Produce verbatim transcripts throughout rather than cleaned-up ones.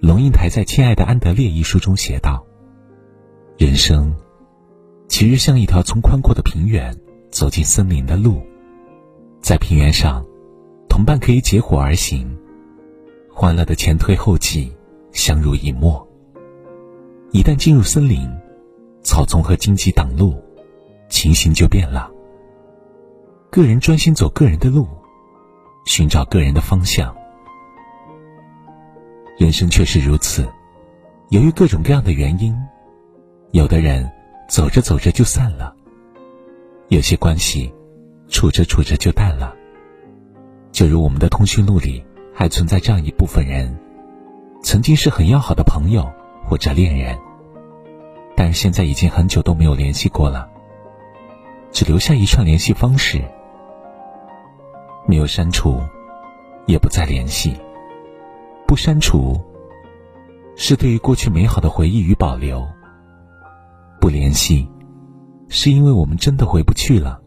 龙应台在《亲爱的安德烈》一书中写道，人生其实像一条从宽阔的平原走进森林的路，在平原上，同伴可以结伙而行，欢乐的前推后继，相濡以沫。一旦进入森林，草丛和荆棘挡路，情形就变了。个人专心走个人的路，寻找个人的方向。人生却是如此，由于各种各样的原因，有的人走着走着就散了，有些关系处着处着就淡了。就如我们的通讯录里还存在这样一部分人，曾经是很要好的朋友或者恋人，但是现在已经很久都没有联系过了，只留下一串联系方式，没有删除，也不再联系。不删除是对于过去美好的回忆与保留，不联系是因为我们真的回不去了。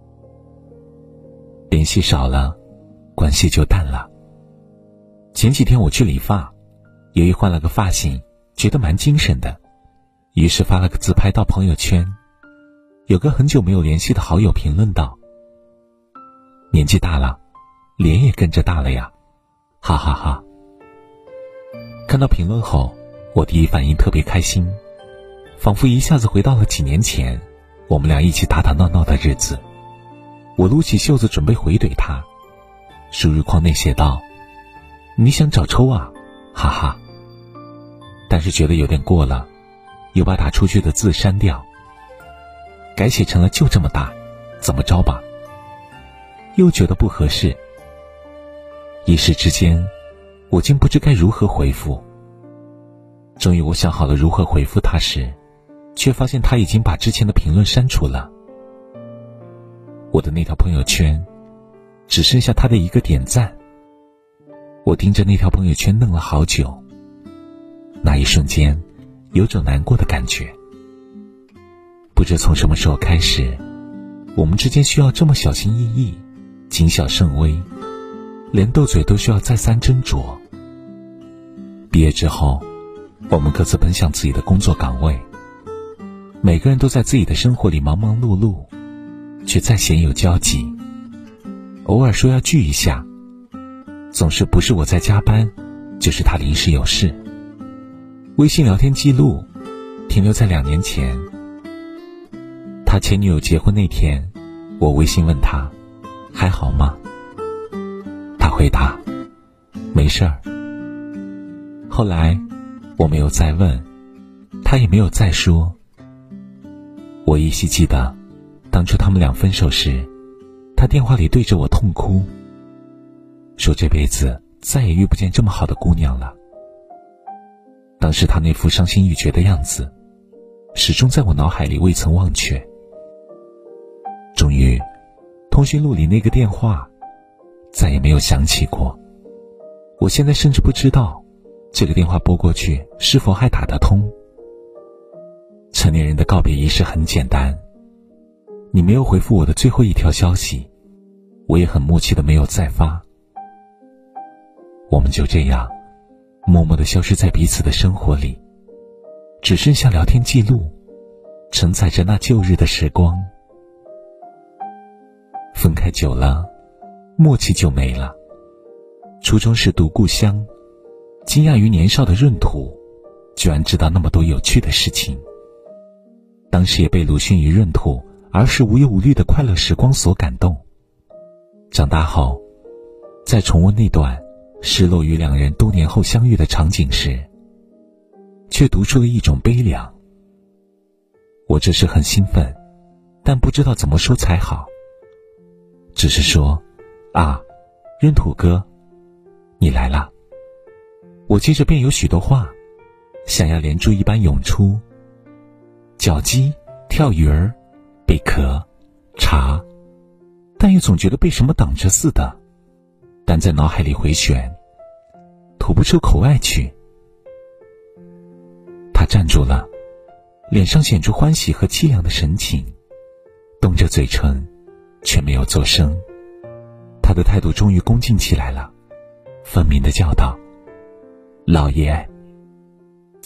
联系少了，关系就淡了。前几天我去理发，由于换了个发型，觉得蛮精神的，于是发了个自拍到朋友圈。有个很久没有联系的好友评论道，年纪大了，脸也跟着大了呀，哈哈哈。看到评论后，我第一反应特别开心，仿佛一下子回到了几年前我们俩一起打打闹闹的日子。我撸起袖子准备回怼他，输入框内写道，你想找抽啊，哈哈。但是觉得有点过了，又把打出去的字删掉，改写成了就这么大，怎么着吧。又觉得不合适，一时之间我竟不知该如何回复。终于我想好了如何回复他时，却发现他已经把之前的评论删除了。我的那条朋友圈只剩下他的一个点赞。我盯着那条朋友圈愣了好久，那一瞬间有种难过的感觉。不知从什么时候开始，我们之间需要这么小心翼翼，谨小慎微，连斗嘴都需要再三斟酌。毕业之后，我们各自奔向自己的工作岗位，每个人都在自己的生活里忙忙碌碌，却再鲜有交集。偶尔说要聚一下，总是不是我在加班，就是他临时有事。微信聊天记录停留在两年前，他前女友结婚那天，我微信问他还好吗？他回答没事儿。后来我没有再问，他也没有再说。我依稀记得当初他们俩分手时，他电话里对着我痛哭，说这辈子再也遇不见这么好的姑娘了。当时他那副伤心欲绝的样子，始终在我脑海里未曾忘却。终于，通讯录里那个电话再也没有响起过。我现在甚至不知道这个电话拨过去是否还打得通。成年人的告别仪式很简单，你没有回复我的最后一条消息，我也很默契的没有再发。我们就这样默默地消失在彼此的生活里，只剩下聊天记录承载着那旧日的时光。分开久了，默契就没了。初中时读故乡，惊讶于年少的闰土居然知道那么多有趣的事情。当时也被鲁迅与闰土儿时无忧无虑的快乐时光所感动。长大后，在重温那段失落于两人多年后相遇的场景时，却读出了一种悲凉。我这时很兴奋，但不知道怎么说才好，只是说啊，闰土哥，你来啦。我接着便有许多话想要连珠一般涌出，脚鸡、跳鱼儿、贝壳、茶，但又总觉得被什么挡着似的，但在脑海里回旋，吐不出口外去。他站住了，脸上显出欢喜和凄凉的神情，动着嘴唇，却没有作声。他的态度终于恭敬起来了，分明地叫道：老爷，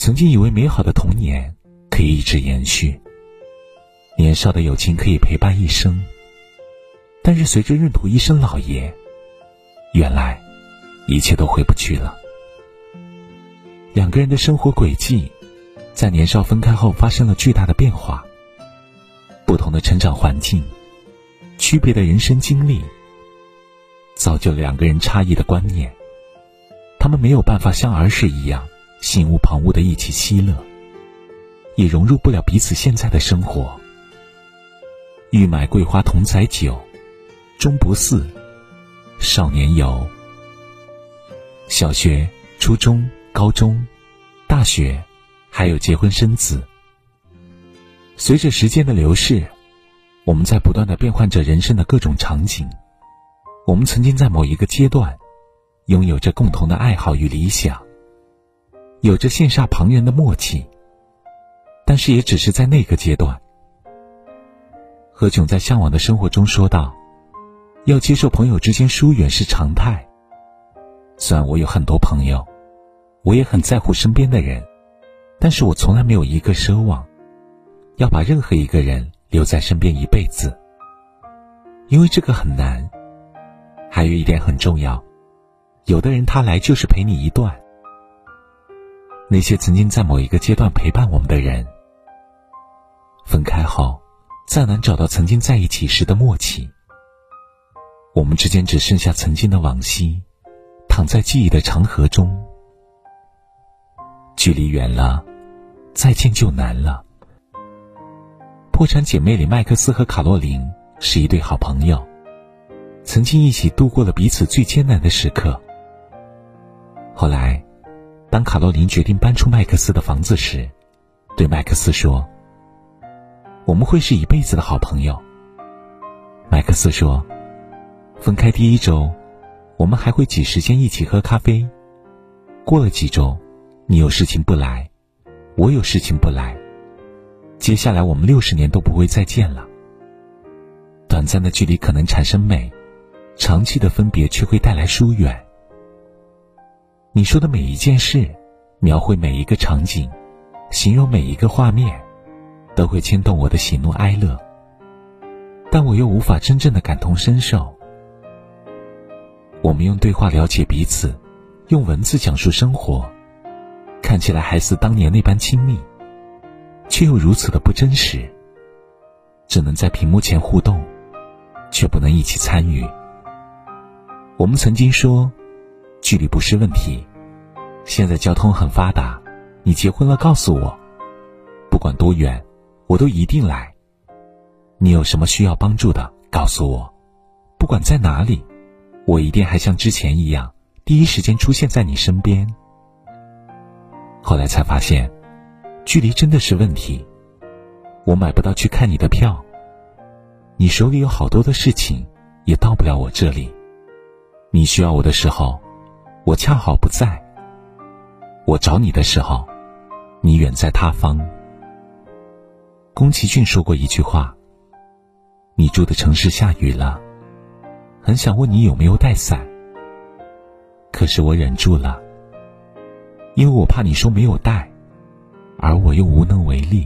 曾经以为美好的童年可以一直延续，年少的友情可以陪伴一生，但是随着闰土一生老爷，原来一切都回不去了。两个人的生活轨迹在年少分开后发生了巨大的变化，不同的成长环境，区别的人生经历，造就了两个人差异的观念。他们没有办法像儿时一样心无旁骛地一起嬉乐，也融入不了彼此现在的生活。欲买桂花同载酒，终不似少年游。小学、初中、高中、大学，还有结婚生子。随着时间的流逝，我们在不断地变换着人生的各种场景。我们曾经在某一个阶段拥有着共同的爱好与理想，有着羡煞旁人的默契，但是也只是在那个阶段。何炅在《向往的生活》中说道，要接受朋友之间疏远是常态。虽然我有很多朋友，我也很在乎身边的人，但是我从来没有一个奢望要把任何一个人留在身边一辈子，因为这个很难。还有一点很重要，有的人他来就是陪你一段。那些曾经在某一个阶段陪伴我们的人，分开后再难找到曾经在一起时的默契。我们之间只剩下曾经的往昔，躺在记忆的长河中。距离远了，再见就难了。破产姐妹里，麦克斯和卡洛琳是一对好朋友，曾经一起度过了彼此最艰难的时刻。后来，当卡洛琳决定搬出麦克斯的房子时，对麦克斯说，我们会是一辈子的好朋友。麦克斯说，分开第一周，我们还会挤时间一起喝咖啡。过了几周，你有事情不来，我有事情不来，接下来我们六十年都不会再见了。短暂的距离可能产生美，长期的分别却会带来疏远。你说的每一件事，描绘每一个场景，形容每一个画面，都会牵动我的喜怒哀乐，但我又无法真正的感同身受。我们用对话了解彼此，用文字讲述生活，看起来还似当年那般亲密，却又如此的不真实。只能在屏幕前互动，却不能一起参与。我们曾经说，距离不是问题，现在交通很发达，你结婚了告诉我，不管多远，我都一定来。你有什么需要帮助的，告诉我，不管在哪里，我一定还像之前一样，第一时间出现在你身边。后来才发现，距离真的是问题。我买不到去看你的票，你手里有好多的事情，也到不了我这里。你需要我的时候，我恰好不在。我找你的时候，你远在他方。宫崎骏说过一句话，你住的城市下雨了，很想问你有没有带伞，可是我忍住了，因为我怕你说没有带，而我又无能为力。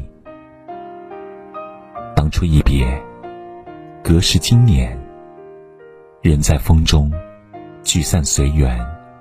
当初一别，隔世今年，人在风中，聚散随缘。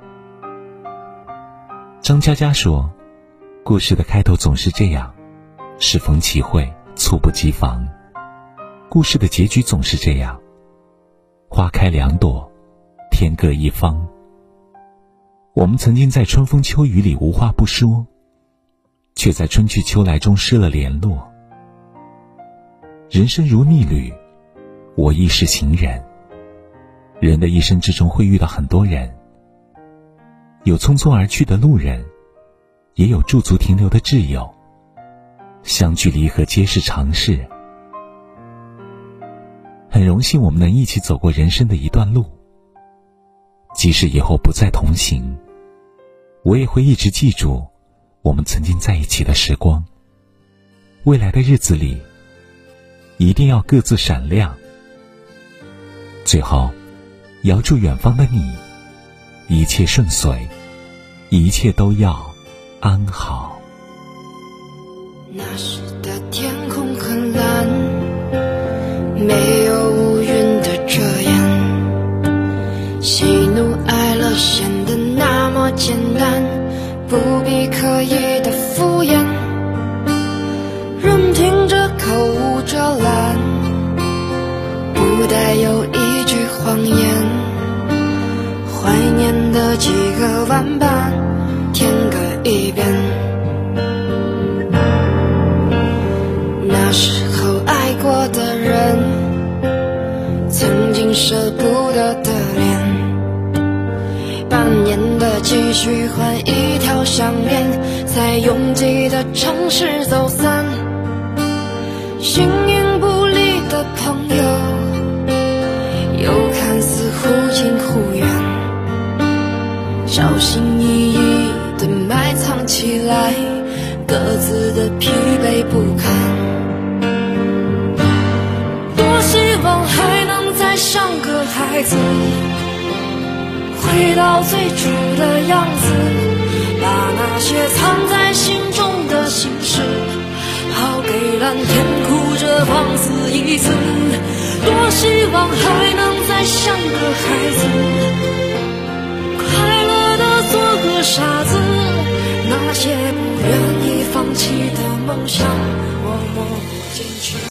张嘉佳说，故事的开头总是这样，适逢其会，猝不及防。故事的结局总是这样，花开两朵，天各一方。我们曾经在春风秋雨里无话不说，却在春去秋来中失了联络。人生如逆旅，我亦是行人。人的一生之中会遇到很多人，有匆匆而去的路人，也有驻足停留的挚友。相聚离合皆是常事。很荣幸我们能一起走过人生的一段路，即使以后不再同行，我也会一直记住我们曾经在一起的时光。未来的日子里，一定要各自闪亮。最后，遥祝远方的你一切顺遂，一切都要安好。 那时的天空很蓝，没有乌云的遮掩，喜怒哀乐显得那么简单，不必刻意的敷衍，任凭着口无遮拦，不带有一句谎言，怀念的几个晚伴，天各一边。那时候爱过的人，曾经舍不得的脸，半年的积蓄换一条项链，在拥挤的城市走散，形影不离的朋友，又看似忽近忽远，小心翼翼地埋藏起来各自的疲惫不堪。多希望还能再像个孩子，回到最初的样子，把那些藏在心中的心事抛给蓝天，哭着放肆一次。多希望还能再像个孩子，快乐的做个傻子，那些不愿意放弃的梦想，我默默坚持。